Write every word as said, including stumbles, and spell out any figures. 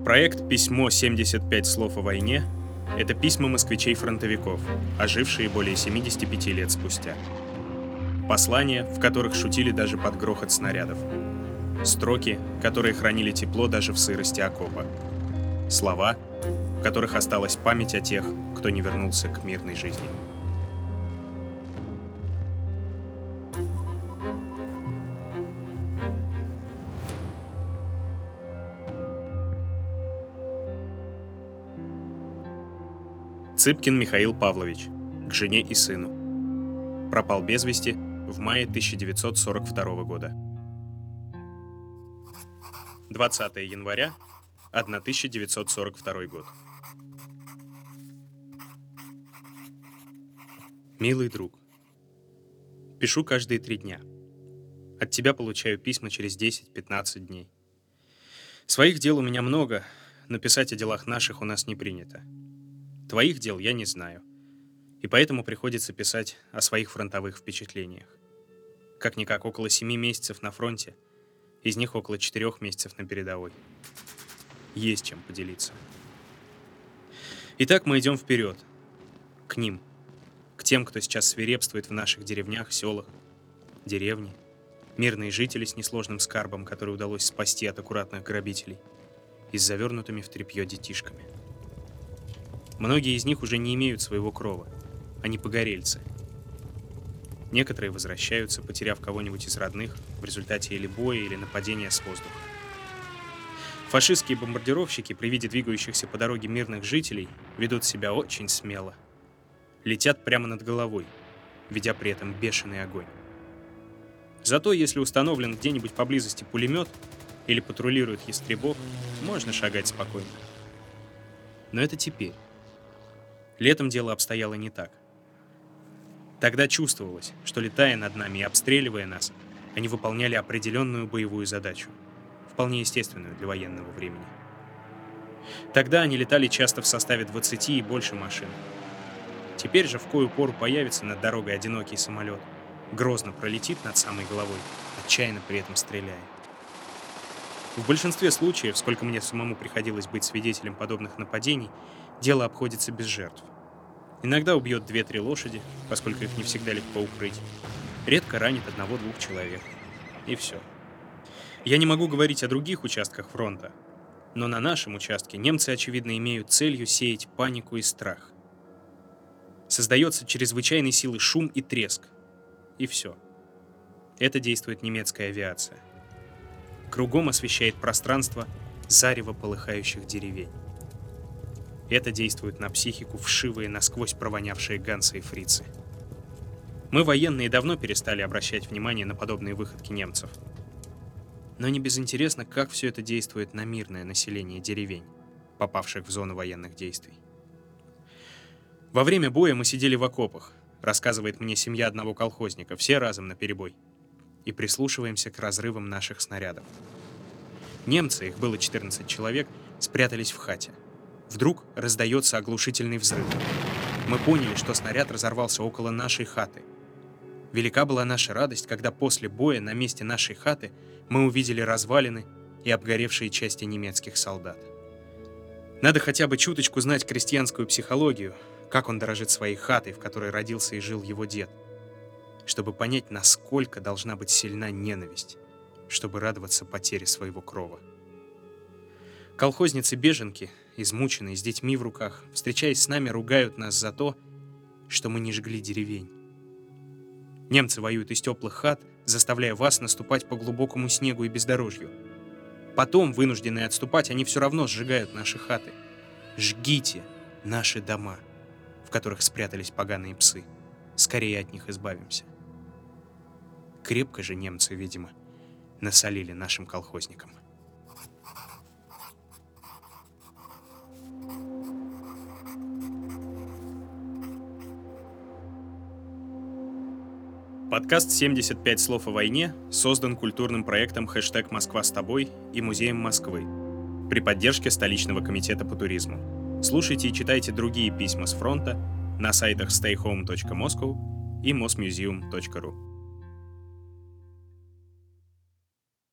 Проект «Письмо. семьдесят пять слов о войне» — это письма москвичей-фронтовиков, ожившие более семидесяти пяти лет спустя. Послания, в которых шутили даже под грохот снарядов. Строки, которые хранили тепло даже в сырости окопа. Слова, в которых осталась память о тех, кто не вернулся к мирной жизни. Цыпкин Михаил Павлович, к жене и сыну. Пропал без вести в мае тысяча девятьсот сорок второго года. двадцатого января тысяча девятьсот сорок второй год. Милый друг, пишу каждые три дня. От тебя получаю письма через десять-пятнадцать дней. Своих дел у меня много, но писать о делах наших у нас не принято. Твоих дел я не знаю, и поэтому приходится писать о своих фронтовых впечатлениях. Как-никак около семи месяцев на фронте, из них около четырех месяцев на передовой. Есть чем поделиться. Итак, мы идем вперед, к ним, к тем, кто сейчас свирепствует в наших деревнях, селах, деревни, мирные жители с несложным скарбом, который удалось спасти от аккуратных грабителей, и с завернутыми в тряпье детишками. Многие из них уже не имеют своего крова, они погорельцы. Некоторые возвращаются, потеряв кого-нибудь из родных в результате или боя, или нападения с воздуха. Фашистские бомбардировщики при виде двигающихся по дороге мирных жителей ведут себя очень смело. Летят прямо над головой, ведя при этом бешеный огонь. Зато если установлен где-нибудь поблизости пулемет или патрулирует ястребок, можно шагать спокойно. Но это теперь. Летом дело обстояло не так. Тогда чувствовалось, что, летая над нами и обстреливая нас, они выполняли определенную боевую задачу, вполне естественную для военного времени. Тогда они летали часто в составе двадцати и больше машин. Теперь же в кою пору появится над дорогой одинокий самолет, грозно пролетит над самой головой, отчаянно при этом стреляя. В большинстве случаев, сколько мне самому приходилось быть свидетелем подобных нападений, дело обходится без жертв. Иногда убьет две-три лошади, поскольку их не всегда легко укрыть. Редко ранит одного-двух человек. И все. Я не могу говорить о других участках фронта, но на нашем участке немцы, очевидно, имеют целью сеять панику и страх. Создается чрезвычайной силы шум и треск. И все. Это действует немецкая авиация. Кругом освещает пространство зарево полыхающих деревень. Это действует на психику вшивые, насквозь провонявшие ганцы и фрицы. Мы, военные, давно перестали обращать внимание на подобные выходки немцев. Но не безинтересно, как все это действует на мирное население деревень, попавших в зону военных действий. Во время боя мы сидели в окопах, рассказывает мне семья одного колхозника, все разом наперебой, и прислушиваемся к разрывам наших снарядов. Немцы, их было четырнадцать человек, спрятались в хате. Вдруг раздается оглушительный взрыв. Мы поняли, что снаряд разорвался около нашей хаты. Велика была наша радость, когда после боя на месте нашей хаты мы увидели развалины и обгоревшие части немецких солдат. Надо хотя бы чуточку знать крестьянскую психологию, как он дорожит своей хатой, в которой родился и жил его дед, чтобы понять, насколько должна быть сильна ненависть, чтобы радоваться потере своего крова. Колхозницы-беженки, измученные, с детьми в руках, встречаясь с нами, ругают нас за то, что мы не жгли деревень. Немцы воюют из теплых хат, заставляя вас наступать по глубокому снегу и бездорожью. Потом, вынужденные отступать, они все равно сжигают наши хаты. Жгите наши дома, в которых спрятались поганые псы. Скорее от них избавимся. Крепко же немцы, видимо, насолили нашим колхозникам. Подкаст «семьдесят пять слов о войне» создан культурным проектом «Хэштег Москва с тобой» и Музеем Москвы при поддержке столичного комитета по туризму. Слушайте и читайте другие письма с фронта на сайтах stay home точка moscow и mosmuseum точка ru.